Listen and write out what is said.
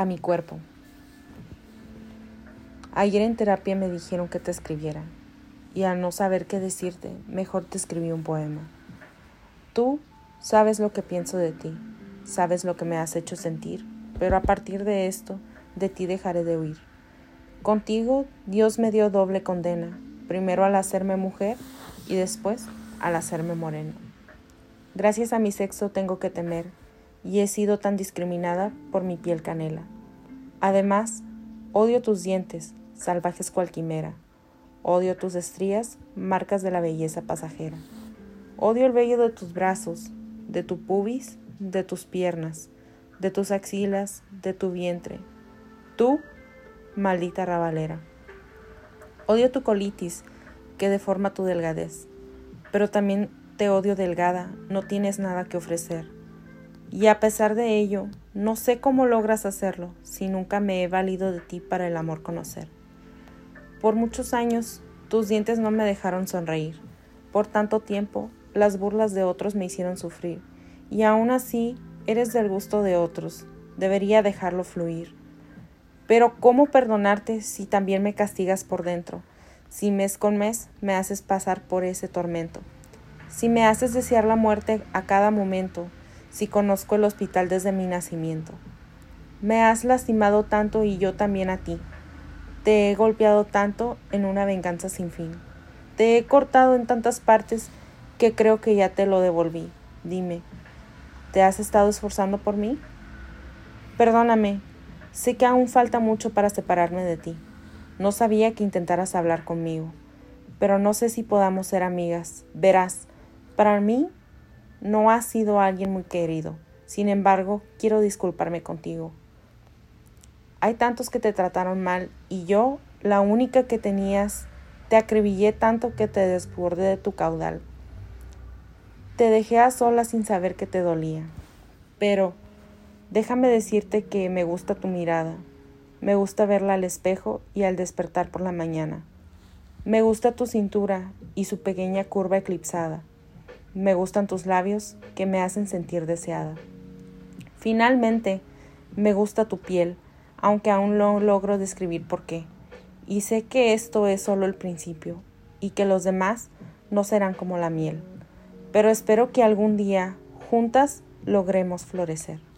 a mi cuerpo. Ayer en terapia me dijeron que te escribiera, y al no saber qué decirte, mejor te escribí un poema. Tú sabes lo que pienso de ti, sabes lo que me has hecho sentir, pero a partir de esto, de ti dejaré de huir. Contigo, Dios me dio doble condena, primero al hacerme mujer y después al hacerme moreno. Gracias a mi sexo tengo que temer, y he sido tan discriminada por mi piel canela. Además, odio tus dientes, salvajes cual quimera. Odio tus estrías, marcas de la belleza pasajera. Odio el vello de tus brazos, de tu pubis, de tus piernas, de tus axilas, de tu vientre. Tú, maldita rabalera. Odio tu colitis, que deforma tu delgadez. Pero también te odio delgada, no tienes nada que ofrecer. Y a pesar de ello, no sé cómo logras hacerlo, si nunca me he valido de ti para el amor conocer. Por muchos años, tus dientes no me dejaron sonreír. Por tanto tiempo, las burlas de otros me hicieron sufrir. Y aún así, eres del gusto de otros. Debería dejarlo fluir. Pero ¿cómo perdonarte si también me castigas por dentro? Si mes con mes me haces pasar por ese tormento. Si me haces desear la muerte a cada momento. Si conozco el hospital desde mi nacimiento. Me has lastimado tanto y yo también a ti. Te he golpeado tanto en una venganza sin fin. Te he cortado en tantas partes que creo que ya te lo devolví. Dime, ¿te has estado esforzando por mí? Perdóname, sé que aún falta mucho para separarme de ti. No sabía que intentaras hablar conmigo, pero no sé si podamos ser amigas. Verás, para mí no has sido alguien muy querido. Sin embargo, quiero disculparme contigo. Hay tantos que te trataron mal y yo, la única que tenías, te acribillé tanto que te desbordé de tu caudal. Te dejé a solas sin saber que te dolía. Pero déjame decirte que me gusta tu mirada. Me gusta verla al espejo y al despertar por la mañana. Me gusta tu cintura y su pequeña curva eclipsada. Me gustan tus labios que me hacen sentir deseada. Finalmente, me gusta tu piel, aunque aún no logro describir por qué. Y sé que esto es solo el principio y que los demás no serán como la miel. Pero espero que algún día, juntas, logremos florecer.